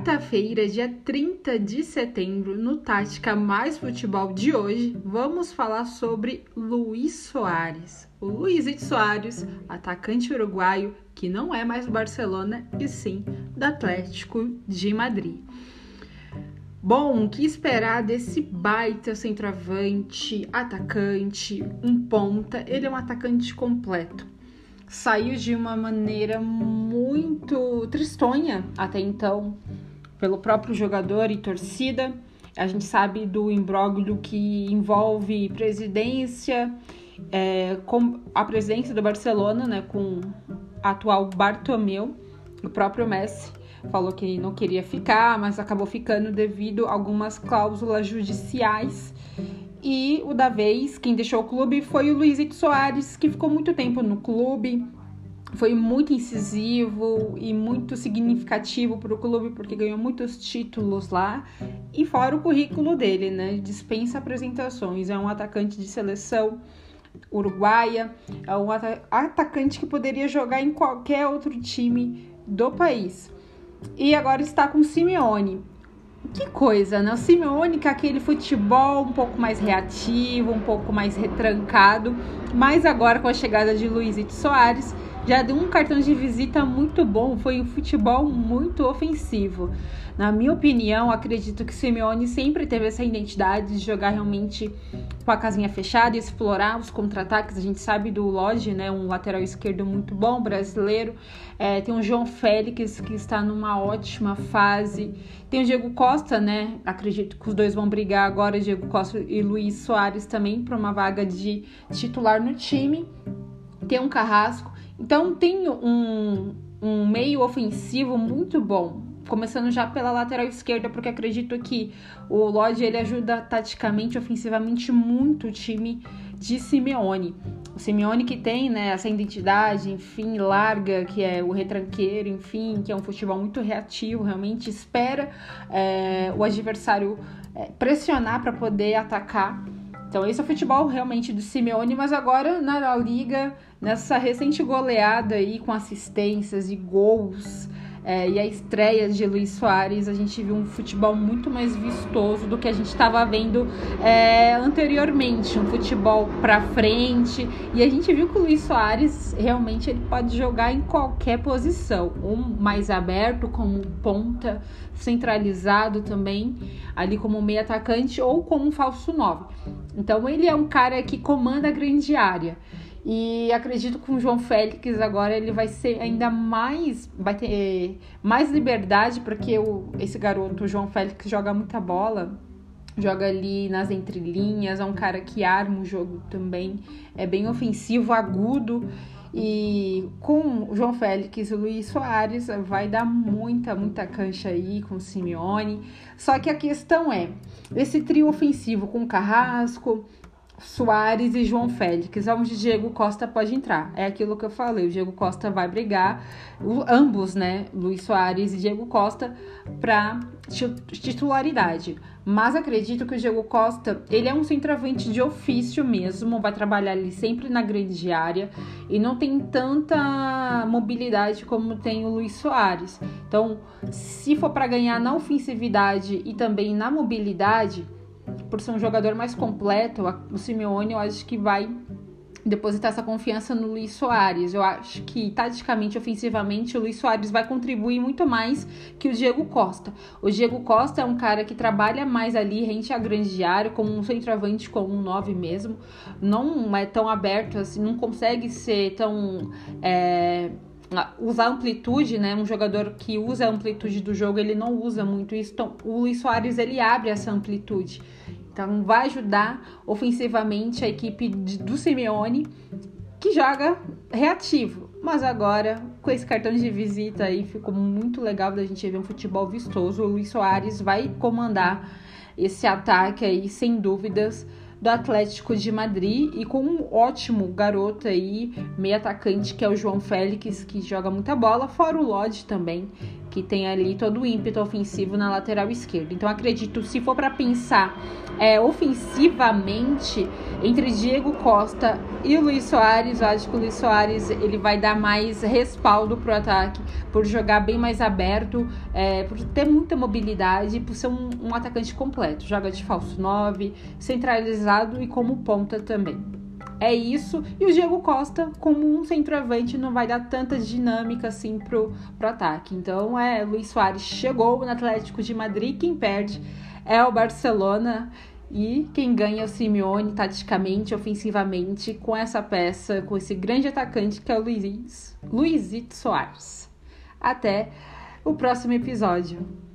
quarta-feira, dia 30 de setembro, no Tática Mais Futebol de hoje, vamos falar sobre Luis Soares. O Luizito Soares, atacante uruguaio, que não é mais do Barcelona, e sim do Atlético de Madrid. Bom, o que esperar desse baita centroavante, atacante, um ponta? Ele é um atacante completo. Saiu de uma maneira muito tristonha até então, pelo próprio jogador e torcida. A gente sabe do imbróglio que envolve presidência, com a presidência do Barcelona, né, com o atual Bartomeu. O próprio Messi falou que não queria ficar, mas acabou ficando devido a algumas cláusulas judiciais. E o da vez, quem deixou o clube foi o Luizito Soares, que ficou muito tempo no clube, foi muito incisivo e muito significativo para o clube, porque ganhou muitos títulos lá. E fora o currículo dele, né? Dispensa apresentações, é um atacante de seleção uruguaia, é um atacante que poderia jogar em qualquer outro time do país. E agora está com o Simeone. Que coisa, né? O Simeone com aquele futebol um pouco mais reativo, um pouco mais retrancado, mas agora com a chegada de Luizito Soares, já deu um cartão de visita muito bom, foi um futebol muito ofensivo. Na minha opinião, acredito que o Simeone sempre teve essa identidade de jogar realmente com a casinha fechada e explorar os contra-ataques. A gente sabe do Lodge, né, um lateral esquerdo muito bom, brasileiro. Tem o João Félix, que está numa ótima fase. Tem o Diego Costa, né? Acredito que os dois vão brigar agora, Diego Costa e Luis Soares também, para uma vaga de titular no time. Tem um Carrasco. Então tem um meio ofensivo muito bom, começando já pela lateral esquerda, porque acredito que o Lodge ele ajuda taticamente, ofensivamente muito o time de Simeone. O Simeone que tem, né, essa identidade, enfim, larga, que é o retranqueiro, enfim, que é um futebol muito reativo, realmente espera o adversário pressionar para poder atacar. Então esse é o futebol realmente do Simeone, mas agora na La Liga, nessa recente goleada aí com assistências e gols, e a estreia de Luis Soares, a gente viu um futebol muito mais vistoso do que a gente estava vendo anteriormente, um futebol para frente, e a gente viu que o Luis Soares realmente ele pode jogar em qualquer posição, um mais aberto como ponta, centralizado também, ali como meio atacante ou como um falso 9. Então ele é um cara que comanda a grande área. E acredito que com o João Félix agora ele vai ser ainda mais, vai ter mais liberdade, porque esse garoto, o João Félix, joga muita bola, joga ali nas entrelinhas, é um cara que arma o jogo também, é bem ofensivo, agudo. E com o João Félix e o Luis Soares vai dar muita cancha aí com o Simeone. Só que a questão é, esse trio ofensivo com Carrasco, Soares e João Félix, onde Diego Costa pode entrar. É aquilo que eu falei, o Diego Costa vai brigar, ambos, né, Luis Soares e Diego Costa, para titularidade. Mas acredito que o Diego Costa, ele é um centroavante de ofício mesmo, vai trabalhar ali sempre na grande área e não tem tanta mobilidade como tem o Luis Soares. Então, se for para ganhar na ofensividade e também na mobilidade, por ser um jogador mais completo, o Simeone eu acho que vai depositar essa confiança no Luis Soares. Eu acho que, taticamente, ofensivamente, o Luis Soares vai contribuir muito mais que o Diego Costa. O Diego Costa é um cara que trabalha mais ali, rente à grande área, como um centroavante, como um 9 mesmo. Não é tão aberto assim, não consegue ser tão... usar amplitude, né? Um jogador que usa a amplitude do jogo, ele não usa muito isso. Então, o Luis Soares, ele abre essa amplitude. Então, vai ajudar ofensivamente a equipe do Simeone, que joga reativo. Mas agora, com esse cartão de visita aí, ficou muito legal da gente ver um futebol vistoso. O Luis Soares vai comandar esse ataque aí, sem dúvidas, do Atlético de Madrid, e com um ótimo garoto aí, meio atacante, que é o João Félix, que joga muita bola, fora o Lodge também, que tem ali todo o ímpeto ofensivo na lateral esquerda. Então acredito, se for para pensar ofensivamente, entre Diego Costa e o Luis Soares, eu acho que o Luis Soares ele vai dar mais respaldo pro ataque, por jogar bem mais aberto, por ter muita mobilidade, por ser um atacante completo. Joga de falso 9, centralizado e como ponta também. É isso. E o Diego Costa, como um centroavante, não vai dar tanta dinâmica assim pro ataque. Então, Luis Soares chegou no Atlético de Madrid. Quem perde é o Barcelona. E quem ganha é o Simeone, taticamente, ofensivamente, com essa peça, com esse grande atacante que é o Luizito Soares. Até o próximo episódio.